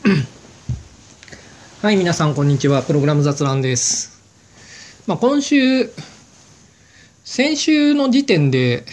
はい、皆さんこんにちは。プログラム雑談です。先週の時点で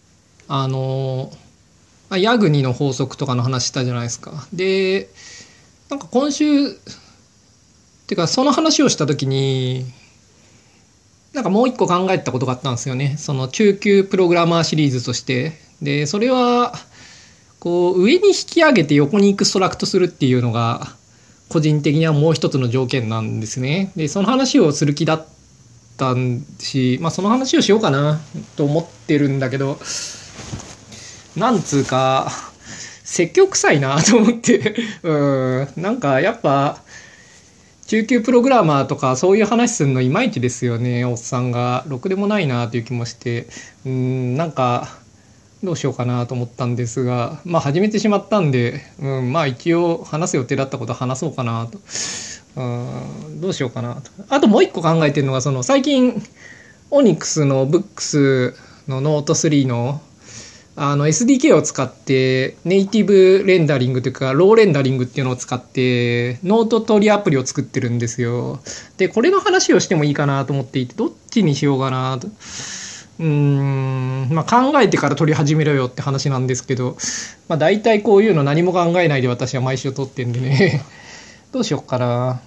ヤグニの法則とかの話したじゃないですか。で、なんか今週ってかその話をした時に、なんかもう一個考えたことがあったんですよね。その中級プログラマーシリーズとして。で、それはこう上に引き上げて横にエクストラクトするっていうのが個人的にはもう一つの条件なんですね。で、その話をする気だったし、その話をしようかなと思ってるんだけど、なんつうか説教臭いなと思ってなんかやっぱ中級プログラマーとかそういう話するのいまいちですよね。おっさんがろくでもないなという気もして、なんかどうしようかなと思ったんですが、始めてしまったんで、一応話す予定だったことは話そうかなと。どうしようかなと。あともう一個考えてるのが、その最近オニクスのブックスのノート3のSDK を使ってネイティブレンダリングというかローレンダリングっていうのを使ってノート取りアプリを作ってるんですよ。で、これの話をしてもいいかなと思っていて、どっちにしようかなと。考えてから取り始めろよって話なんですけど、大体こういうの何も考えないで私は毎週撮ってんでねどうしよっかな。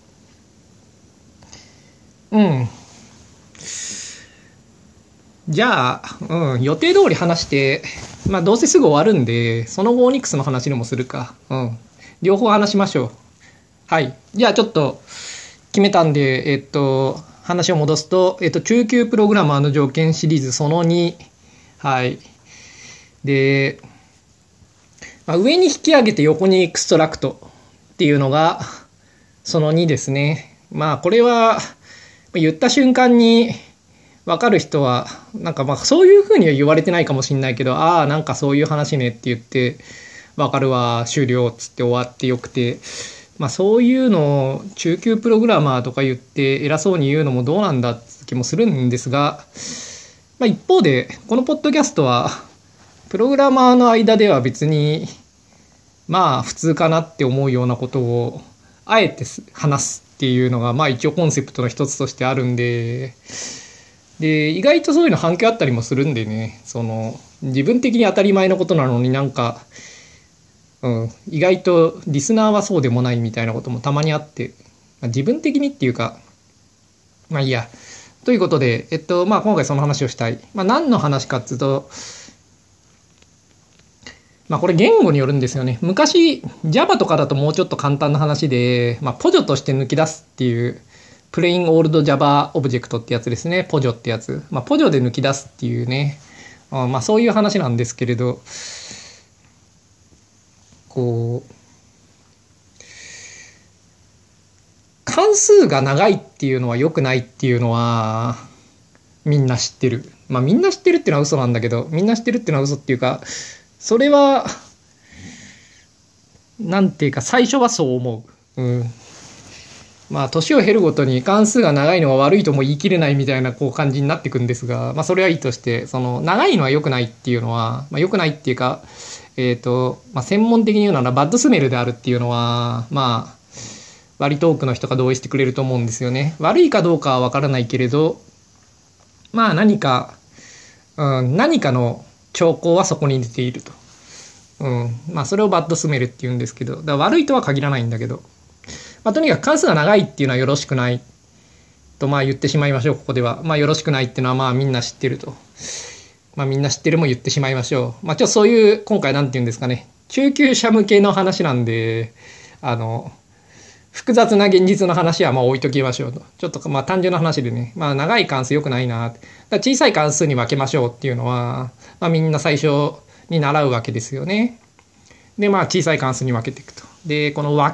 じゃあ、予定通り話して、どうせすぐ終わるんで、その後オニックスの話でもするか。両方話しましょう。はい。じゃあちょっと決めたんで、話を戻すと、中級プログラマーの条件シリーズその2。はい。で、上に引き上げて横にエクストラクトっていうのがその2ですね。これは言った瞬間に分かる人はなんかそういうふうには言われてないかもしれないけど、なんかそういう話ねって言って分かるわ終了っつって終わってよくて、そういうのを中級プログラマーとか言って偉そうに言うのもどうなんだって気もするんですが、一方でこのポッドキャストはプログラマーの間では別に普通かなって思うようなことをあえて話すっていうのが一応コンセプトの一つとしてあるんで、意外とそういうの反響あったりもするんでね、その自分的に当たり前のことなのになんか、意外とリスナーはそうでもないみたいなこともたまにあって、自分的にっていうかいいやということで、今回その話をしたい。何の話かっていうと、これ言語によるんですよね。昔 Java とかだともうちょっと簡単な話で、ポジョとして抜き出すっていうプレインオールド Java オブジェクトってやつですね。ポジョってやつ。ポジョで抜き出すっていうね。そういう話なんですけれど、こう関数が長いっていうのは良くないっていうのはみんな知ってる。みんな知ってるっていうのは嘘なんだけど、みんな知ってるっていうのは嘘っていうか、それはなんていうか最初はそう思う。年を経るごとに関数が長いのは悪いとも言い切れないみたいな感じになっていくんですが、それはいいとして、その長いのは良くないっていうのは、良くないっていうか、専門的に言うならバッドスメルであるっていうのは割と多くの人が同意してくれると思うんですよね。悪いかどうかは分からないけれど、何かの兆候はそこに出ていると。それをバッドスメルって言うんですけど、だから悪いとは限らないんだけど、とにかく関数が長いっていうのはよろしくないと言ってしまいましょう。ここではよろしくないっていうのはみんな知ってると、みんな知ってるも言ってしまいましょう。ちょっとそういう今回なんて言うんですかね、中級者向けの話なんで、複雑な現実の話は置いときましょうと。ちょっと単純な話でね、長い関数良くないな、だ小さい関数に分けましょうっていうのは、みんな最初に習うわけですよね。で小さい関数に分けていくと。でこの分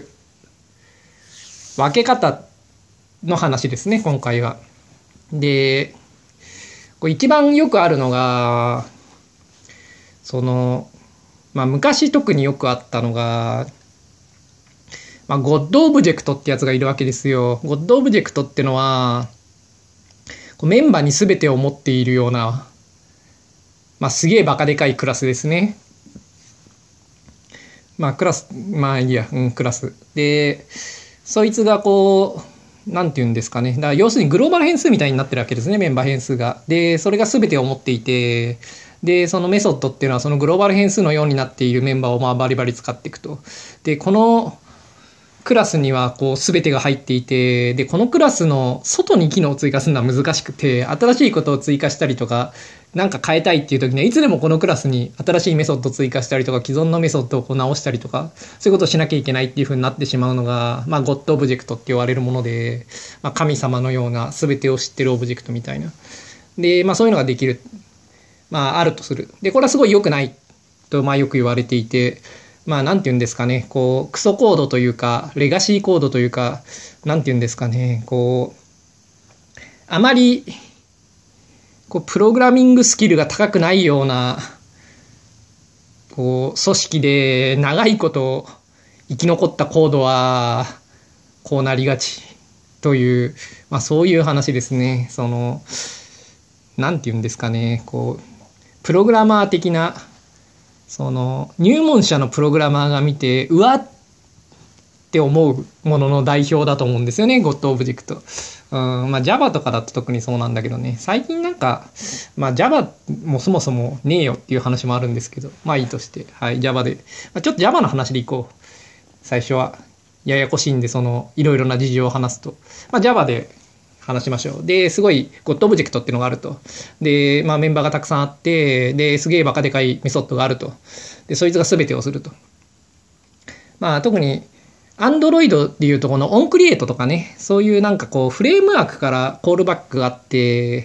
け方の話ですね今回は。でこれ一番よくあるのがその昔特によくあったのがゴッドオブジェクトってやつがいるわけですよ。ゴッドオブジェクトってのはメンバーに全てを持っているようなすげえバカでかいクラスですね。 まあクラス、まあいいや、クラス。で、そいつがこう、なんて言うんですかね。だから要するにグローバル変数みたいになってるわけですね、メンバー変数が。で、それが全てを持っていて、で、そのメソッドっていうのはそのグローバル変数のようになっているメンバーをまあバリバリ使っていくと。で、このクラスにはこう全てが入っていて、で、このクラスの外に機能を追加するのは難しくて、新しいことを追加したりとか、なんか変えたいっていう時にはいつでもこのクラスに新しいメソッドを追加したりとか、既存のメソッドをこう直したりとか、そういうことをしなきゃいけないっていう風になってしまうのが、まあ、ゴッドオブジェクトって言われるもので、まあ、神様のような全てを知ってるオブジェクトみたいな。で、まあ、そういうのができる。まあ、あるとする。で、これはすごい良くないと、まあ、よく言われていて、まあ、なんて言うんですかね、こう、クソコードというか、レガシーコードというか、なんて言うんですかね、こう、あまり、こう、プログラミングスキルが高くないような、こう、組織で長いこと生き残ったコードは、こうなりがちという、まあ、そういう話ですね。その、なんて言うんですかね、こう、プログラマー的な、その入門者のプログラマーが見てうわって思うものの代表だと思うんですよね、ゴッドオブジェクト。まあ Java とかだと特にそうなんだけどね、最近なんか、まあ Java もそもそもねえよっていう話もあるんですけど、まあいいとして、はい、Java で、まあ、ちょっと Java の話でいこう。最初はややこしいんで、そのいろいろな事情を話すと、まあ Java で話しましょう。で、すごい、ゴッドオブジェクトっていうのがあると。で、まあメンバーがたくさんあって、で、すげえバカでかいメソッドがあると。で、そいつが全てをすると。まあ特に、Android っていうとこのオンクリエイトとかね、そういうなんかこう、フレームワークからコールバックがあって、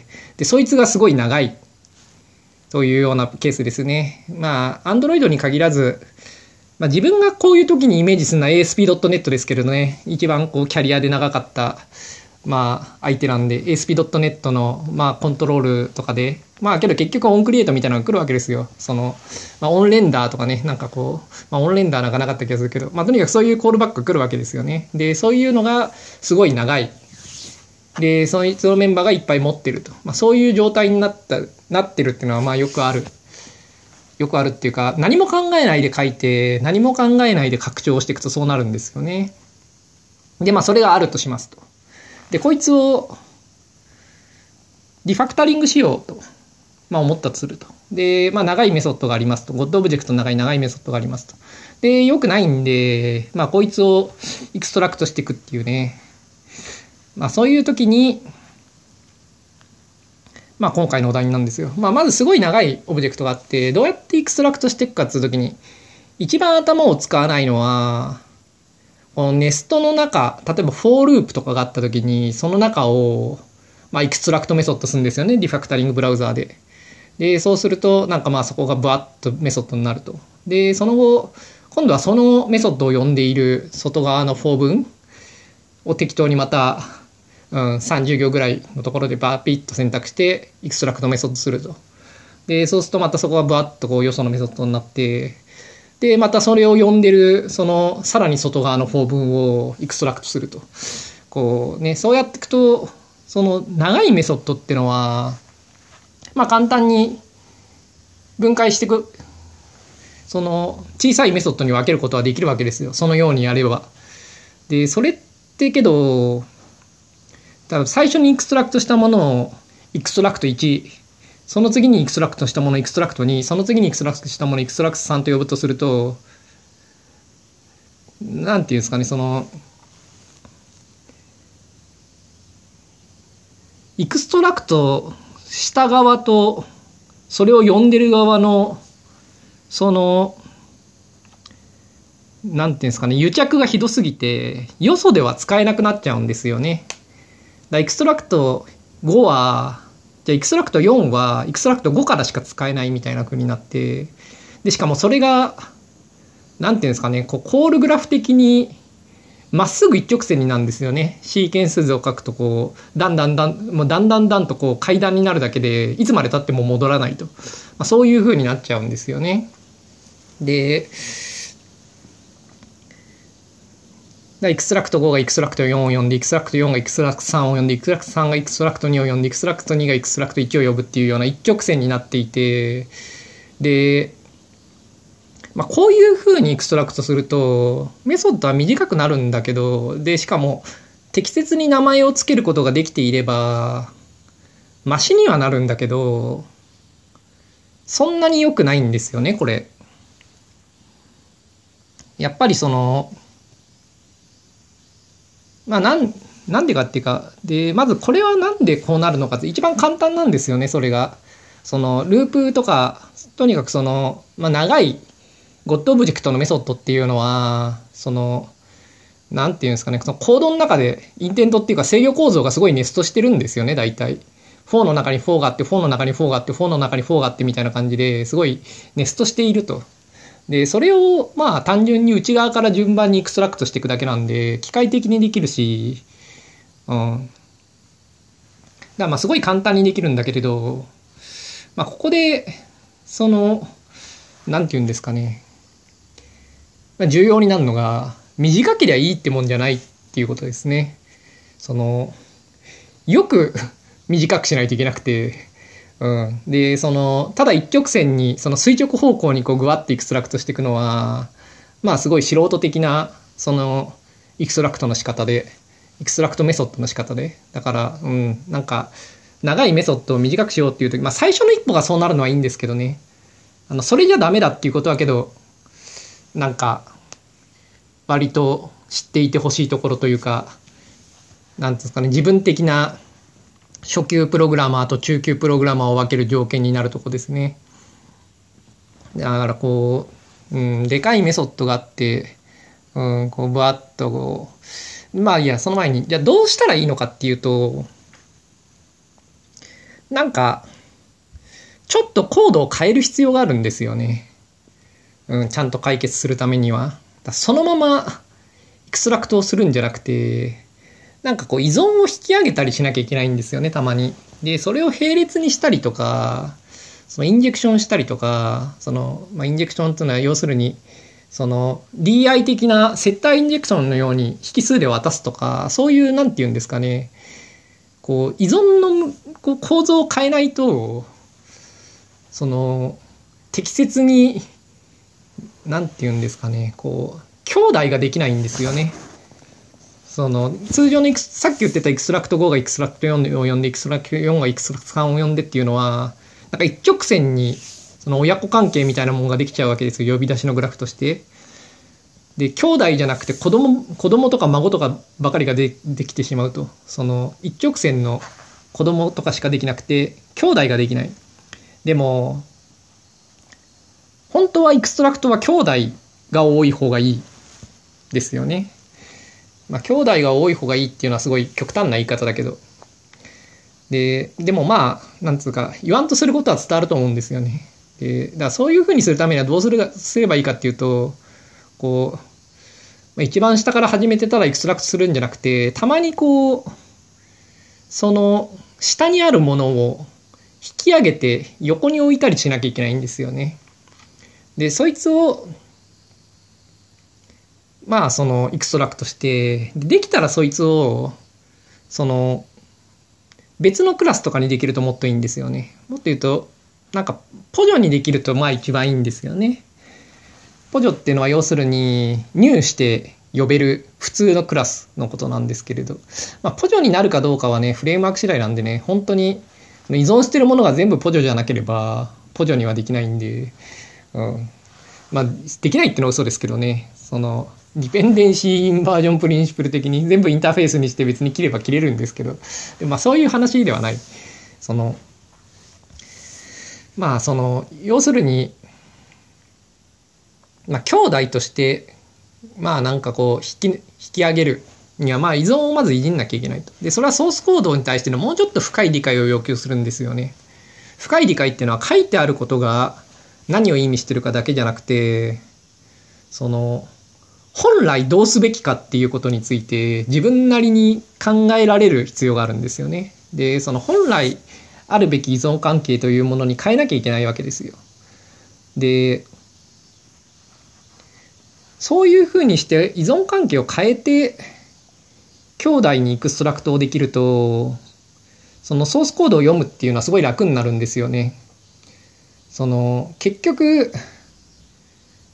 で、そいつがすごい長い。というようなケースですね。まあ、Android に限らず、まあ、自分がこういう時にイメージするのは ASP.NET ですけれどね、一番こうキャリアで長かったまあ、相手なんで ASP.NET の、まあ、コントロールとかで、まあ、けど結局オンクリエイトみたいなのが来るわけですよ。その、まあ、オンレンダーとかね、なんかこう、まあ、オンレンダーなんかなかった気がするけど、まあ、とにかくそういうコールバックが来るわけですよね。で、そういうのがすごい長い。で、そのメンバーがいっぱい持ってると。まあ、そういう状態になってるっていうのは、まあ、よくある。よくあるっていうか、何も考えないで書いて、何も考えないで拡張していくとそうなるんですよね。で、まあ、それがあるとしますと。で、こいつをリファクタリングしようと、まあ、思ったとすると。で、まあ、長いメソッドがありますと。ゴッドオブジェクトの中に長いメソッドがありますと。で、良くないんで、まあ、こいつをエクストラクトしていくっていうね。まあ、そういう時に、まあ、今回のお題なんですよ。まあ、まずすごい長いオブジェクトがあって、どうやってエクストラクトしていくかっていう時に、一番頭を使わないのは、このネストの中、例えばフォーループとかがあったときに、その中を、まあ、エクストラクトメソッドするんですよね。リファクタリングブラウザーで。で、そうすると、なんかまあそこがバッとメソッドになると。で、その後、今度はそのメソッドを呼んでいる外側のフォー文を適当にまた、30行ぐらいのところでバーピッと選択して、エクストラクトメソッドすると。で、そうするとまたそこがバッとこうよそのメソッドになって、で、またそれを呼んでる、その、さらに外側のフォー文をエクストラクトすると。こうね、そうやっていくと、その長いメソッドっていうのは、まあ簡単に分解していく、その小さいメソッドに分けることはできるわけですよ。そのようにやれば。で、それってけど、多分最初にエクストラクトしたものをエクストラクト1、その次にエクストラクトしたものをエクストラクト2、その次にエクストラクトしたものをエクストラクト3と呼ぶとすると、なんていうんですかね、その、エクストラクトした側と、それを呼んでる側の、その、なんていうんですかね、癒着がひどすぎて、よそでは使えなくなっちゃうんですよね。エクストラクト5は、じゃあエクストラクト4はエクストラクト5からしか使えないみたいな風になって、でしかもそれがなんていうんですかね、こうコールグラフ的にまっすぐ一直線になるんですよね。シーケンス図を書くとこうだんだんとこう階段になるだけでいつまで経っても戻らないと、そういう風になっちゃうんですよね。でエクストラクト5がエクストラクト4を呼んで、エクストラクト4がエクストラクト3を呼んで、エクストラクト3がエクストラクト2を呼んで、エクストラクト2がエクストラクト1を呼ぶっていうような一直線になっていて、で、 まあ、こういう風にエクストラクトするとメソッドは短くなるんだけど、でしかも適切に名前を付けることができていればマシにはなるんだけど、そんなに良くないんですよねこれ。やっぱりそのまあなんでかっていうかで、まずこれはなんでこうなるのかって一番簡単なんですよね。それがそのループとかとにかくその、まあ、長いゴッドオブジェクトのメソッドっていうのはそのなんていうんですかね、そのコードの中でインテントっていうか制御構造がすごいネストしてるんですよね大体。4の中に4があって4の中に4があって4の中に4があってみたいな感じですごいネストしていると。でそれをまあ単純に内側から順番にエクストラクトしていくだけなんで機械的にできるし、だからまあすごい簡単にできるんだけれど、まあ、ここでそのなんていうんですかね、重要になるのが短ければいいってもんじゃないっていうことですね。そのよく短くしないといけなくて、でそのただ一直線にその垂直方向にこうグワッてエクストラクトしていくのはまあすごい素人的なそのエクストラクトの仕方でエクストラクトメソッドの仕方で、だからなんか長いメソッドを短くしようっていう時、まあ最初の一歩がそうなるのはいいんですけどね、それじゃダメだっていうことはけどなんか割と知っていてほしいところというか、なんですかね、自分的な初級プログラマーと中級プログラマーを分ける条件になるとこですね。だからこう、でかいメソッドがあって、こうバーッとこう、まあいやその前にじゃあどうしたらいいのかっていうと、なんかちょっとコードを変える必要があるんですよね。ちゃんと解決するためには。そのままエクストラクトをするんじゃなくて、なんかこう依存を引き上げたりしなきゃいけないんですよねたまに。でそれを並列にしたりとか、そのインジェクションしたりとか、その、まあ、インジェクションというのは要するにその DI 的なセッターインジェクションのように引数で渡すとか、そういうなんていうんですかね、こう依存のこう構造を変えないとその適切になんていうんですかね、こう兄弟ができないんですよね。その通常のさっき言ってたエクストラクト5がエクストラクト4を呼んでエクストラクト4がエクストラクト3を呼んでっていうのはなんか一直線にその親子関係みたいなものができちゃうわけですよ、呼び出しのグラフとして。で兄弟じゃなくて子供とか孫とかばかりができてしまうと、その一直線の子供とかしかできなくて兄弟ができない。でも本当はエクストラクトは兄弟が多い方がいいですよね。まあ兄弟が多い方がいいっていうのはすごい極端な言い方だけど、でもまあなんつうか言わんとすることは伝わると思うんですよね。だからそういうふうにするためにはどうすればいいかっていうと、こう一番下から始めてたらエクストラクトするんじゃなくて、たまにこうその下にあるものを引き上げて横に置いたりしなきゃいけないんですよね。でそいつをまあそのエクストラクトして、できたらそいつをその別のクラスとかにできるともっといいんですよね。もっと言うとなんかポジョにできるとまあ一番いいんですよね。ポジョっていうのは要するに入して呼べる普通のクラスのことなんですけれど、まあ、ポジョになるかどうかはねフレームワーク次第なんでね、本当に依存してるものが全部ポジョじゃなければポジョにはできないんで、まあできないっていうのは嘘ですけどね、そのディペンデンシーインバージョンプリンシプル的に全部インターフェースにして別に切れば切れるんですけど、まあそういう話ではない。そのまあその要するにまあ兄弟としてまあなんかこう引き上げるにはまあ依存をまずいじんなきゃいけないと。でそれはソースコードに対してのもうちょっと深い理解を要求するんですよね。深い理解っていうのは書いてあることが何を意味してるかだけじゃなくて、その本来どうすべきかっていうことについて自分なりに考えられる必要があるんですよね。でその本来あるべき依存関係というものに変えなきゃいけないわけですよ。でそういうふうにして依存関係を変えて兄弟にエクストラクトをできると、そのソースコードを読むっていうのはすごい楽になるんですよね。その結局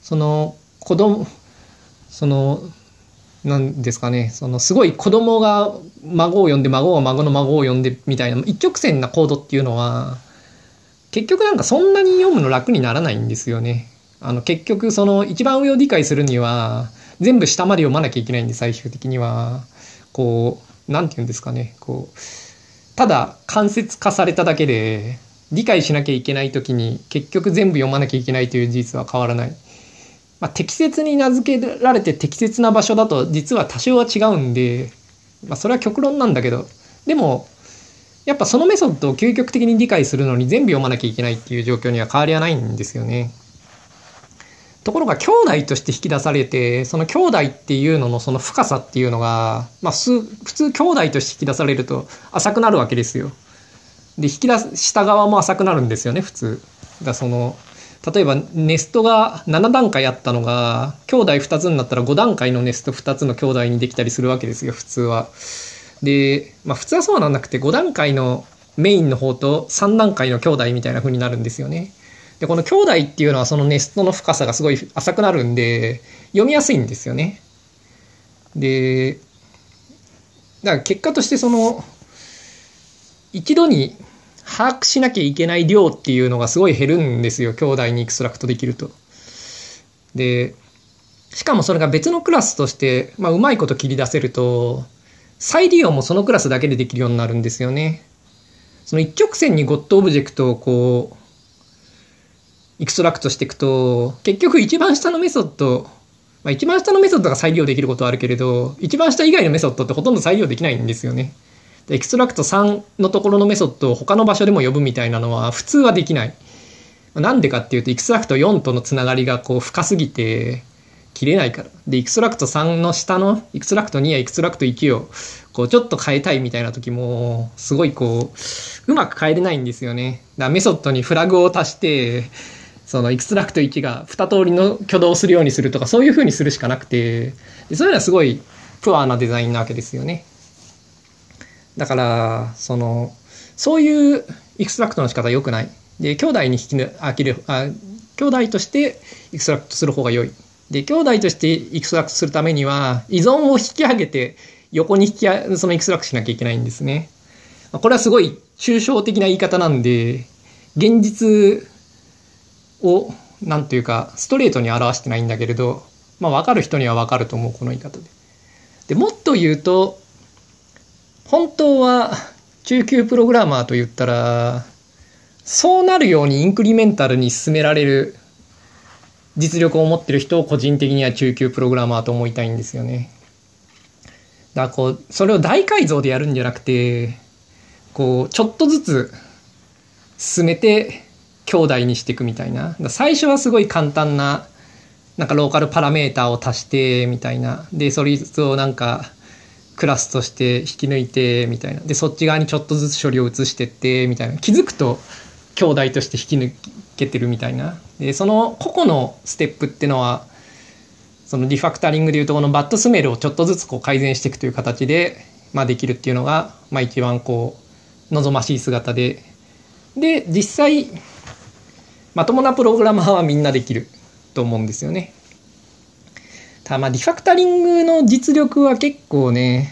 その子供、その、なんですかね、そのすごい子供が孫を呼んで、孫が孫の孫を呼んでみたいな一直線なコードっていうのは、結局なんかそんなに読むの楽にならないんですよね。結局その一番上を理解するには、全部下まで読まなきゃいけないんで、最終的には。こう、なんて言うんですかね、こう、ただ間接化されただけで、理解しなきゃいけないときに結局全部読まなきゃいけないという事実は変わらない。まあ、適切に名付けられて適切な場所だと実は多少は違うんで、まあ、それは極論なんだけど、でもやっぱそのメソッドを究極的に理解するのに全部読まなきゃいけないっていう状況には変わりはないんですよね。ところが兄弟として引き出されて、その兄弟っていうののその深さっていうのが、まあ、普通兄弟として引き出されると浅くなるわけですよ。で引き出した側も浅くなるんですよね、普通。だその例えばネストが7段階あったのが兄弟2つになったら5段階のネスト2つの兄弟にできたりするわけですよ、普通は。で、まあ普通はそうなんなくて5段階のメインの方と3段階の兄弟みたいな風になるんですよね。で、この兄弟っていうのはそのネストの深さがすごい浅くなるんで読みやすいんですよね。で、だから結果としてその一度に把握しなきゃいけない量っていうのがすごい減るんですよ、兄弟にエクストラクトできると。で、しかもそれが別のクラスとして、まあ、うまいこと切り出せると、再利用もそのクラスだけでできるようになるんですよね。その一直線にゴッドオブジェクトをこう、エクストラクトしていくと、結局一番下のメソッド、まあ、一番下のメソッドが再利用できることはあるけれど、一番下以外のメソッドってほとんど再利用できないんですよね。エクストラクト3のところのメソッドを他の場所でも呼ぶみたいなのは普通はできない。なんでかっていうと、エクストラクト4とのつながりがこう深すぎて切れないから。で、エクストラクト3の下のエクストラクト2やエクストラクト1をこうちょっと変えたいみたいな時も、すごいこう、うまく変えれないんですよね。だからメソッドにフラグを足して、そのエクストラクト1が2通りの挙動をするようにするとか、そういう風にするしかなくて、でそういうのはすごいプアなデザインなわけですよね。だからそういうエクストラクトの仕方は良くない。で、兄弟に兄弟としてエクストラクトする方が良い。で、兄弟としてエクストラクトするためには依存を引き上げて横にそのエクストラクトしなきゃいけないんですね。これはすごい抽象的な言い方なんで、現実をなんというかストレートに表してないんだけれど、まあ分かる人には分かると思う、この言い方で。で、もっと言うと、本当は中級プログラマーと言ったら、そうなるようにインクリメンタルに進められる実力を持ってる人を個人的には中級プログラマーと思いたいんですよね。だからこう、それを大改造でやるんじゃなくて、こう、ちょっとずつ進めて兄弟にしていくみたいな。最初はすごい簡単な、なんかローカルパラメータを足してみたいな。で、それをなんか、クラスとして引き抜いてみたいな。で、そっち側にちょっとずつ処理を移してってみたいな。気づくと兄弟として引き抜けてるみたいな。で、その個々のステップっていうのは、そのリファクタリングでいうとこのバッドスメルをちょっとずつこう改善していくという形で、まあ、できるっていうのが、まあ、一番こう望ましい姿で、で実際まともなプログラマーはみんなできると思うんですよね。ただまあリファクタリングの実力は結構ね、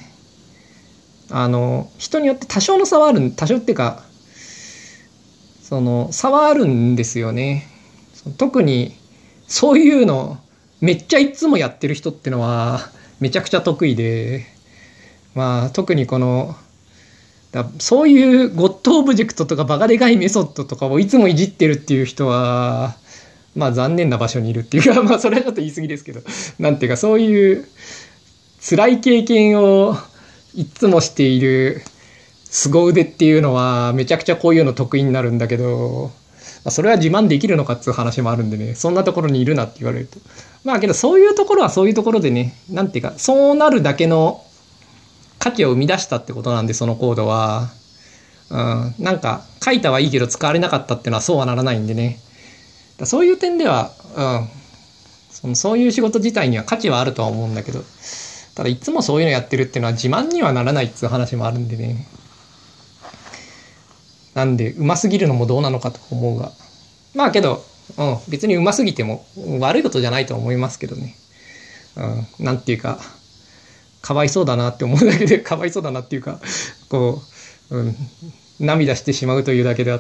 人によって多少の差はある、多少っていうかその差はあるんですよね。特にそういうのめっちゃいつもやってる人ってのはめちゃくちゃ得意で、まあ特にこのそういうゴッドオブジェクトとかバカでかいメソッドとかをいつもいじってるっていう人はまあ残念な場所にいるっていうか、まあそれはちょっと言い過ぎですけど、なんていうかそういう辛い経験をいつもしている凄腕っていうのはめちゃくちゃこういうの得意になるんだけど、それは自慢できるのかっていう話もあるんでね、そんなところにいるなって言われると、まあけどそういうところはそういうところでね、なんていうかそうなるだけの価値を生み出したってことなんで、そのコードは、なんか書いたはいいけど使われなかったっていうのはそうはならないんでね、そういう点では、そういう仕事自体には価値はあるとは思うんだけど、ただいつもそういうのやってるっていうのは自慢にはならないっていう話もあるんでね、なんでうますぎるのもどうなのかと思うが、まあけど別にうますぎても悪いことじゃないと思いますけどね。なんていうか、かわいそうだなって思うだけで、かわいそうだなっていうか、こう、涙してしまうというだけであって。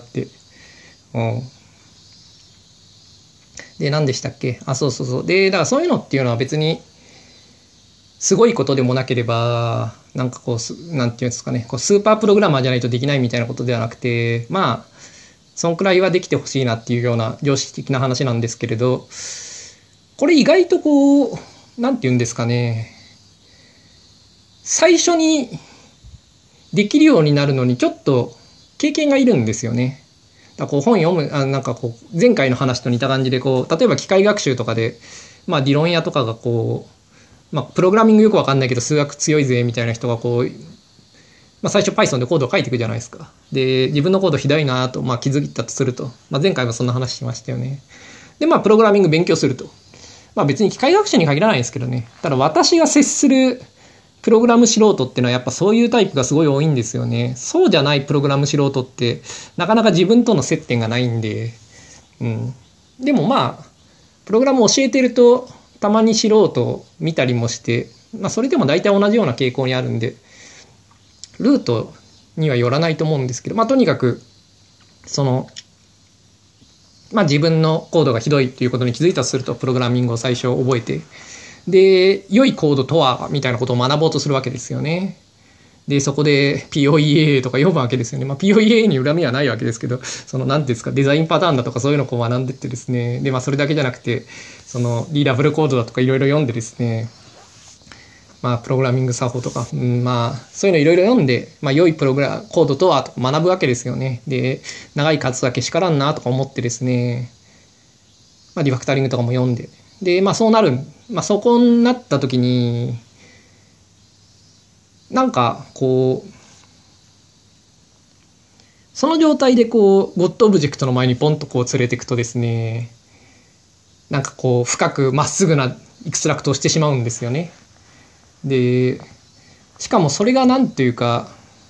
で、何でしたっけ？そう。。で、だからそういうのっていうのは別に、すごいことでもなければ、なんかこう、なんていうんですかね、こうスーパープログラマーじゃないとできないみたいなことではなくて、まあ、そんくらいはできてほしいなっていうような常識的な話なんですけれど、これ意外とこう、なんて言うんですかね、最初にできるようになるのにちょっと経験がいるんですよね。だからこう本読む、なんかこう、前回の話と似た感じで、こう、例えば機械学習とかで、まあ理論屋とかがこう、まあプログラミングよくわかんないけど数学強いぜみたいな人がこう、まあ、最初 Python でコードを書いていくじゃないですか。で、自分のコードひどいなと、まあ、気づいたとすると、まあ、前回もそんな話しましたよね。で、まあ、プログラミング勉強すると。まあ、別に機械学習に限らないですけどね。ただ私が接するプログラム素人っていうのはやっぱそういうタイプがすごい多いんですよね。そうじゃないプログラム素人ってなかなか自分との接点がないんで、でもまあ、プログラムを教えてるとたまに素人を見たりもして、まあ、それでも大体同じような傾向にあるんで、ルートにはよらないと思うんですけど、まあとにかく、まあ自分のコードがひどいということに気づいたとすると、プログラミングを最初覚えて、で、良いコードとは、みたいなことを学ぼうとするわけですよね。で、そこで POEA とか読むわけですよね。まあ POEA に恨みはないわけですけど、なんていうんですか、デザインパターンだとかそういうのをこう学んでってですね、で、まあそれだけじゃなくて、リーダブルコードだとかいろいろ読んでですね、まあ、プログラミング作法とか、まあ、そういうのいろいろ読んで、まあ、良いプログラコードとは学ぶわけですよね。で、長い数だけしからんなとか思ってですね、まあ、リファクタリングとかも読んで。で、まあ、そうなる。まあ、そこになった時に、なんか、こう、その状態でこう、ゴッドオブジェクトの前にポンとこう連れていくとですね、なんかこう、深くまっすぐなエクストラクトをしてしまうんですよね。で、しかもそれがなんていうか、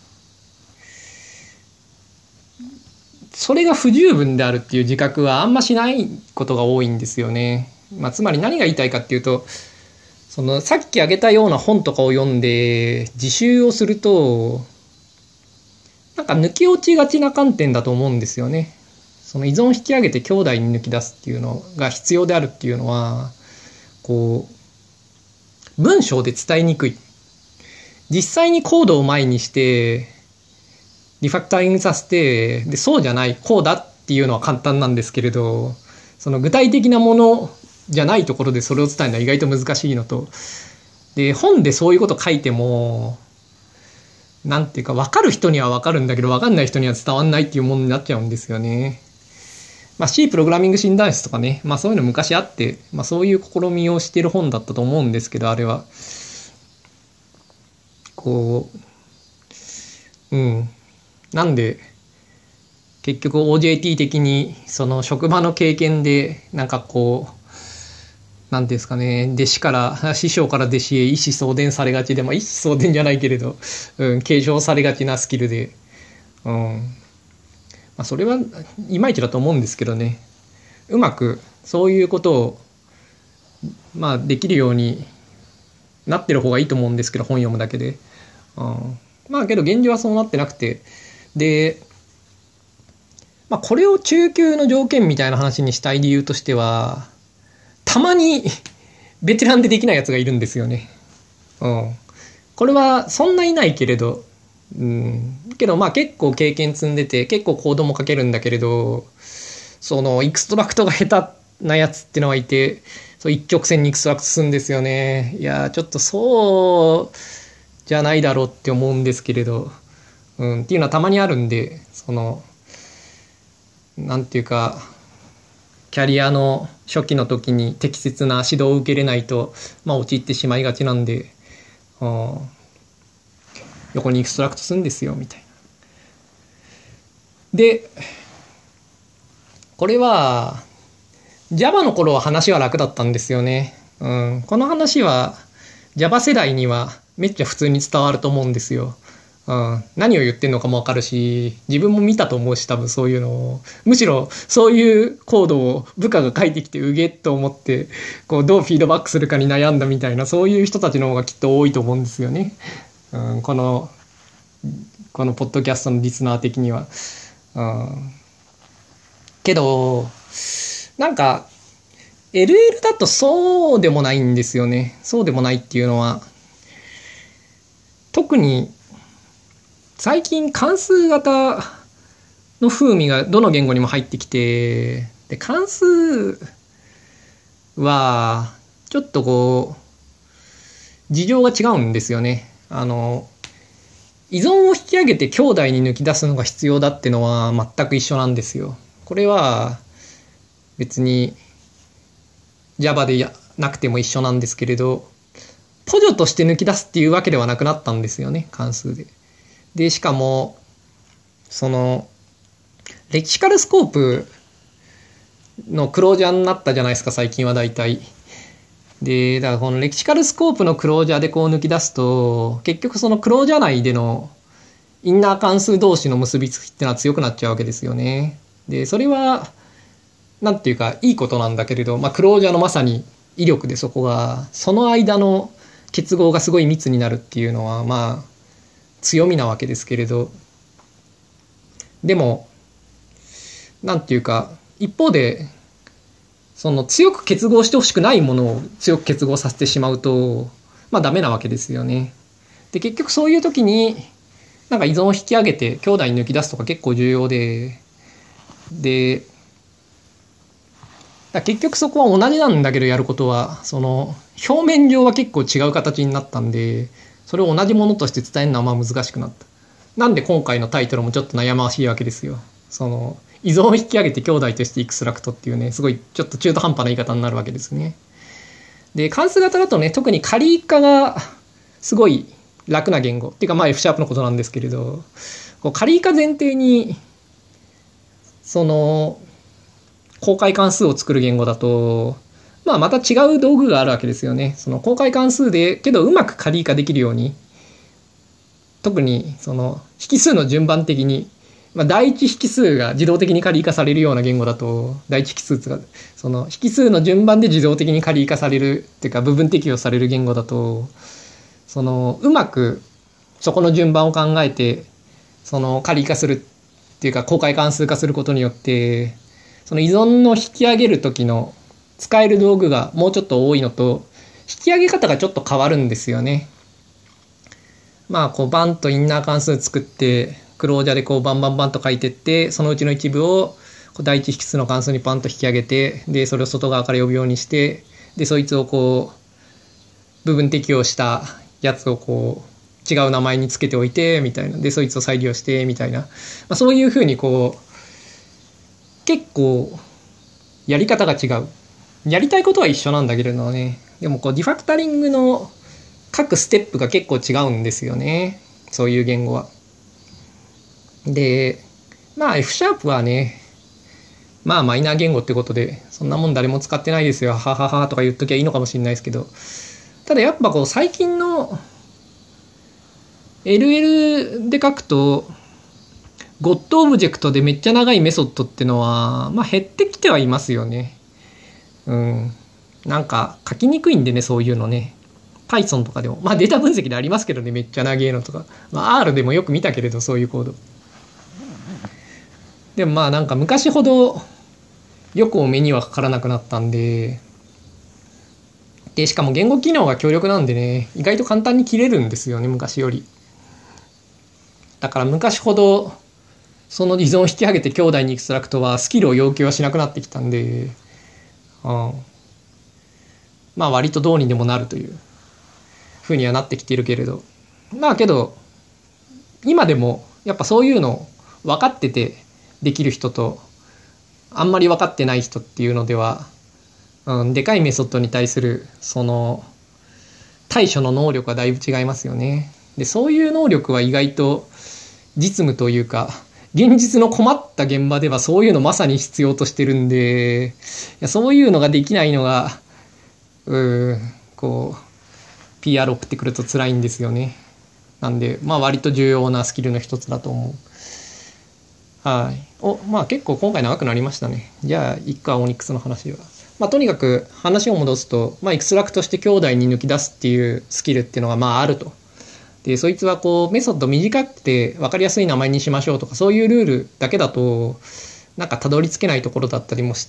それが不十分であるっていう自覚はあんましないことが多いんですよね。まあ、つまり何が言いたいかっていうと、さっき挙げたような本とかを読んで自習をすると、なんか抜き落ちがちな観点だと思うんですよね。依存を引き上げて兄弟に抜き出すっていうのが必要であるっていうのは、こう、文章で伝えにくい。実際にコードを前にして、リファクタリングさせて、で、そうじゃない、こうだっていうのは簡単なんですけれど、具体的なものじゃないところでそれを伝えるのは意外と難しいのと、で、本でそういうこと書いても、なんていうか、分かる人には分かるんだけど、分かんない人には伝わんないっていうものになっちゃうんですよね。まあ C プログラミング診断室とかね、まあそういうの昔あって、まあそういう試みをしてる本だったと思うんですけど、あれは。こう、なんで、結局 OJT 的に、職場の経験で、なんかこう、なんですかね、師匠から弟子へ意思相伝されがちで、まあ意思相伝じゃないけれど、継承されがちなスキルで、まあそれはいまいちだと思うんですけどね、うまくそういうことを、まあできるようになってる方がいいと思うんですけど、本読むだけで。まあけど現状はそうなってなくて、で、まあこれを中級の条件みたいな話にしたい理由としては、たまにベテランでできないやつがいるんですよね。これはそんないないけれど、けどまあ結構経験積んでて、結構コードも書けるんだけれど、エクストラクトが下手なやつってのがいて、一直線にエクストラクトするんですよね。いやちょっとそうじゃないだろうって思うんですけれど、っていうのはたまにあるんで、なんていうか、キャリアの初期の時に適切な指導を受けれないと、まあ陥ってしまいがちなんで、横にエクストラクトするんですよみたいな。で、これは Java の頃は話は楽だったんですよね。この話は Java 世代にはめっちゃ普通に伝わると思うんですよ。 うん、何を言ってんのかもわかるし、自分も見たと思うし、多分そういうのを。むしろ、そういうコードを部下が書いてきて、うげっと思って、こう、どうフィードバックするかに悩んだみたいな、そういう人たちの方がきっと多いと思うんですよね。うん、このポッドキャストのリスナー的には。うん、けど、なんか、LL だとそうでもないんですよね。そうでもないっていうのは、特に、最近関数型の風味がどの言語にも入ってきて、で、関数は、ちょっとこう、事情が違うんですよね。依存を引き上げて兄弟に抜き出すのが必要だってのは全く一緒なんですよ。これは、別に Java でなくても一緒なんですけれど、補助として抜き出すっていうわけではなくなったんですよね、関数で。で、しかも、レキシカルスコープのクロージャーになったじゃないですか、最近は大体。で、だからこのレキシカルスコープのクロージャーでこう抜き出すと、結局そのクロージャー内でのインナー関数同士の結びつきってのは強くなっちゃうわけですよね。で、それは、なんていうか、いいことなんだけれど、クロージャーのまさに威力でそこが、その間の結合がすごい密になるっていうのは、強みなわけですけれど、でも、なんていうか、一方で、その強く結合してほしくないものを強く結合させてしまうと、ダメなわけですよね。で、結局そういう時に、なんか依存を引き上げて兄弟に抜き出すとか結構重要で、結局そこは同じなんだけどやることは、表面上は結構違う形になったんで、それを同じものとして伝えるのは難しくなった。なんで今回のタイトルもちょっと悩ましいわけですよ。依存を引き上げて兄弟としてエクストラクトっていうね、すごいちょっと中途半端な言い方になるわけですね。で、関数型だとね、特に仮化がすごい楽な言語。っていうかF シャープのことなんですけれど、仮化前提に、公開関数を作る言語だと、また違う道具があるわけですよね。公開関数で、けどうまく仮化できるように、特に引数の順番的に、第一引数が自動的に仮化されるような言語だと、第一引数が、引数の順番で自動的に仮化されるっていうか部分適用される言語だと、うまくそこの順番を考えて、仮化するっていうか公開関数化することによって、依存の引き上げる時の使える道具がもうちょっと多いのと、引き上げ方がちょっと変わるんですよね。バンとインナー関数作って、クロージャーでバンバンバンと書いてって、そのうちの一部を第一引数の関数にパンと引き上げて、で、それを外側から呼ぶようにして、で、そいつを部分適用したやつを違う名前につけておいて、みたいな。で、そいつを再利用して、みたいな。そういうふうに結構、やり方が違う。やりたいことは一緒なんだけれどね。でもディファクタリングの各ステップが結構違うんですよね。そういう言語は。で、F シャープはね、マイナー言語ってことで、そんなもん誰も使ってないですよ。はははとか言っときゃいいのかもしれないですけど。ただやっぱ最近の LL で書くと、ゴッドオブジェクトでめっちゃ長いメソッドってのは、減ってきてはいますよね。なんか書きにくいんでね、そういうのね。Python とかでも。データ分析でありますけどね、めっちゃ長いのとか。R でもよく見たけれど、そういうコード。でもなんか昔ほどよく目にはかからなくなったんで、しかも言語機能が強力なんでね、意外と簡単に切れるんですよね、昔より。だから昔ほど、その依存を引き上げて兄弟にエクストラクトはスキルを要求はしなくなってきたんで、割とどうにでもなるというふうにはなってきているけれど。けど、今でもやっぱそういうの分かっててできる人と、あんまり分かってない人っていうのでは、でかいメソッドに対する対処の能力はだいぶ違いますよね。で、そういう能力は意外と実務というか、現実の困った現場ではそういうのまさに必要としてるんで、そういうのができないのが、PR 送ってくると辛いんですよね。 なんで、まあ割と重要なスキルの一つだと思う。はい。まあ結構今回長くなりましたね。じゃあ、いっか、オニックスの話は。まあとにかく話を戻すと、まあエクストラクトして兄弟に抜き出すっていうスキルっていうのがまああると。で、そいつはこう、メソッド短くて分かりやすい名前にしましょうとか、そういうルールだけだと、なんかたどり着けないところだったりもして、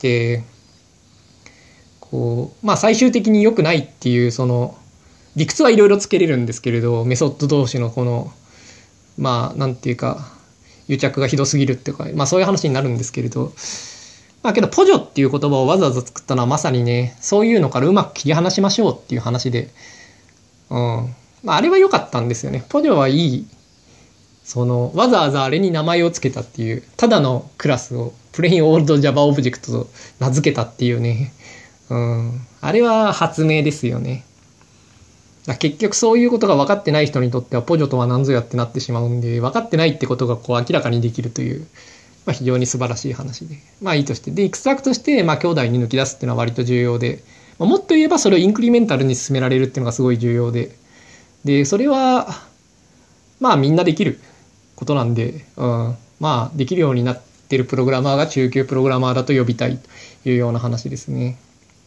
こう、まあ最終的に良くないっていう、その、理屈はいろいろつけれるんですけれど、メソッド同士のこの、まあなんていうか、癒着がひどすぎるっていうか、まあそういう話になるんですけれど、まあけどポジョっていう言葉をわざわざ作ったのはまさにね、そういうのからうまく切り離しましょうっていう話で、まああれは良かったんですよね。ポジョはいい、そのわざわざあれに名前を付けたっていう、ただのクラスをプレインオールド Java オブジェクトと名付けたっていうね、あれは発明ですよね。結局そういうことが分かってない人にとってはポジョとは何ぞやってなってしまうんで、分かってないってことがこう明らかにできるという、まあ、非常に素晴らしい話で、まあいいとして、でエクストラクトしてまあ兄弟に抜き出すっていうのは割と重要で、まあ、もっと言えばそれをインクリメンタルに進められるっていうのがすごい重要で、それはまあみんなできることなんで、まあできるようになってるプログラマーが中級プログラマーだと呼びたいというような話ですね。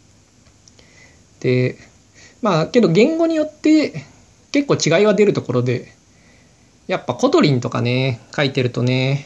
でまあけど言語によって結構違いは出るところで、やっぱコトリンとかね書いてるとね、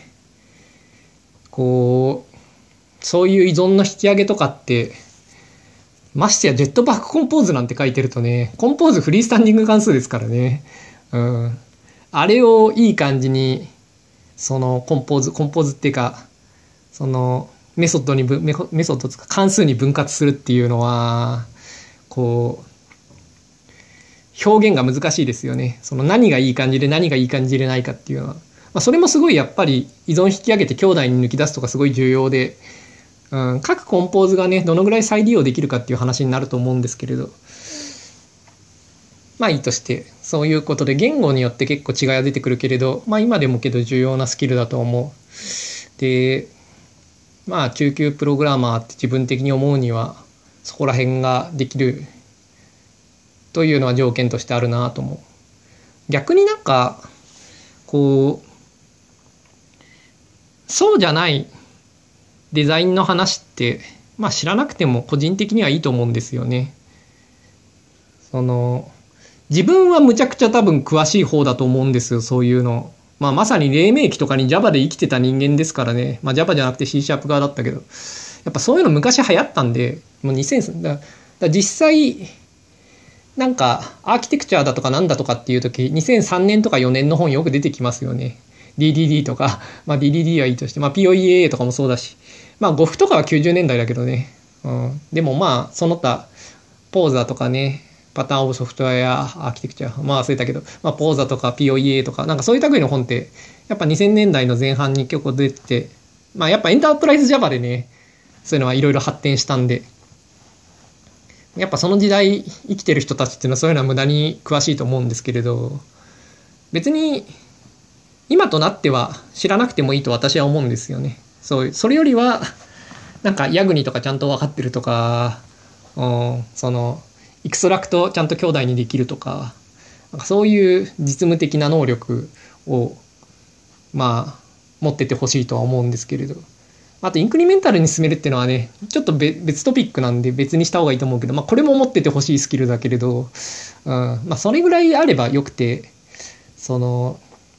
こうそういう依存の引き上げとかって、ましてやジェットバックコンポーズなんて書いてるとね、コンポーズフリースタンディング関数ですからね、あれをいい感じにそのコンポーズっていうか、そのメソッドとか関数に分割するっていうのはこう表現が難しいですよね。その何がいい感じで何がいい感じでないかっていうのは、まあ、それもすごいやっぱり依存引き上げて兄弟に抜き出すとかすごい重要で、各コンポーズがねどのぐらい再利用できるかっていう話になると思うんですけれど、まあいいとして、そういうことで言語によって結構違いが出てくるけれど、まあ今でもけど重要なスキルだと思う。でまあ中級プログラマーって自分的に思うにはそこら辺ができるというのは条件としてあるなと思う。逆になんかこうそうじゃないデザインの話ってまあ知らなくても個人的にはいいと思うんですよね。その自分はむちゃくちゃ多分詳しい方だと思うんですよ、そういうの。まあまさに黎明期とかに Java で生きてた人間ですからね。まあ Java じゃなくて C# 側だったけど、やっぱそういうの昔流行ったんで、もう2000だ実際なんかアーキテクチャだとかなんだとかっていう時、2003年とか4年の本よく出てきますよね。DDD とか、まあ DDD はいいとして、まあ POEA とかもそうだし、まあ GOF とかは90年代だけどね。でもまあその他ポーザとかね、パターンオブソフトウェアアーキテクチャ、まあ忘れたけど、まあポーザとか POEA とか、なんかそういう類の本って、やっぱ2000年代の前半に結構出てて、まあやっぱエンタープライズ Java でね、そういうのはいろいろ発展したんで、やっぱその時代生きてる人たちっていうのはそういうのは無駄に詳しいと思うんですけれど、別に今となっては知らなくてもいいと私は思うんですよね。それよりはなんかヤグニとかちゃんと分かってるとか、そのエクストラクトちゃんと兄弟にできるとか、なんかそういう実務的な能力をまあ持っててほしいとは思うんですけれど、あとインクリメンタルに進めるっていうのはねちょっと別トピックなんで別にした方がいいと思うけど、まあこれも持っててほしいスキルだけれど、まあそれぐらいあればよくて、その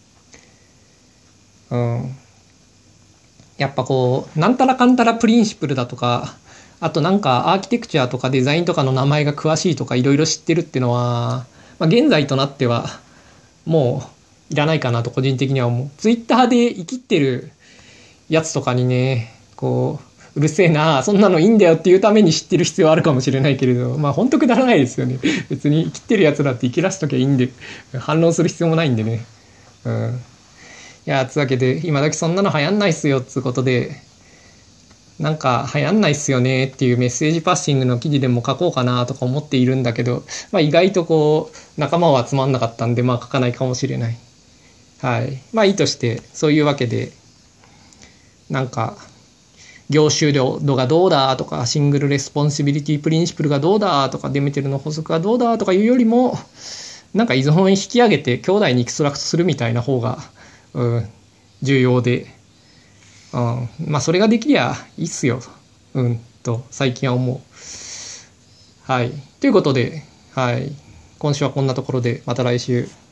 やっぱこうなんたらかんたらプリンシプルだとか、あとなんかアーキテクチャとかデザインとかの名前が詳しいとかいろいろ知ってるっていうのは、まあ、現在となってはもういらないかなと個人的には思う。ツイッターで生きってるやつとかにね、こううるせえなそんなのいいんだよっていうために知ってる必要はあるかもしれないけれど、まあ本当くだらないですよね。別に生きってるやつだって生きらしときゃいいんで、反論する必要もないんでね。いやつわけで今時そんなの流行んないっすよっつうことで、なんか流行んないっすよねっていうメッセージパッシングの記事でも書こうかなとか思っているんだけど、まあ意外とこう仲間は集まんなかったんで、まあ書かないかもしれない。はい。まあいいとして、そういうわけでなんか業種度がどうだとか、シングルレスポンシビリティプリンシプルがどうだとか、デメテルの法則がどうだとかいうよりも、 なんか依存を引き上げて兄弟にエクストラクトするみたいな方が、重要で、まあそれができりゃいいっすよ、と最近は思う。はい。ということで、はい。今週はこんなところで、また来週。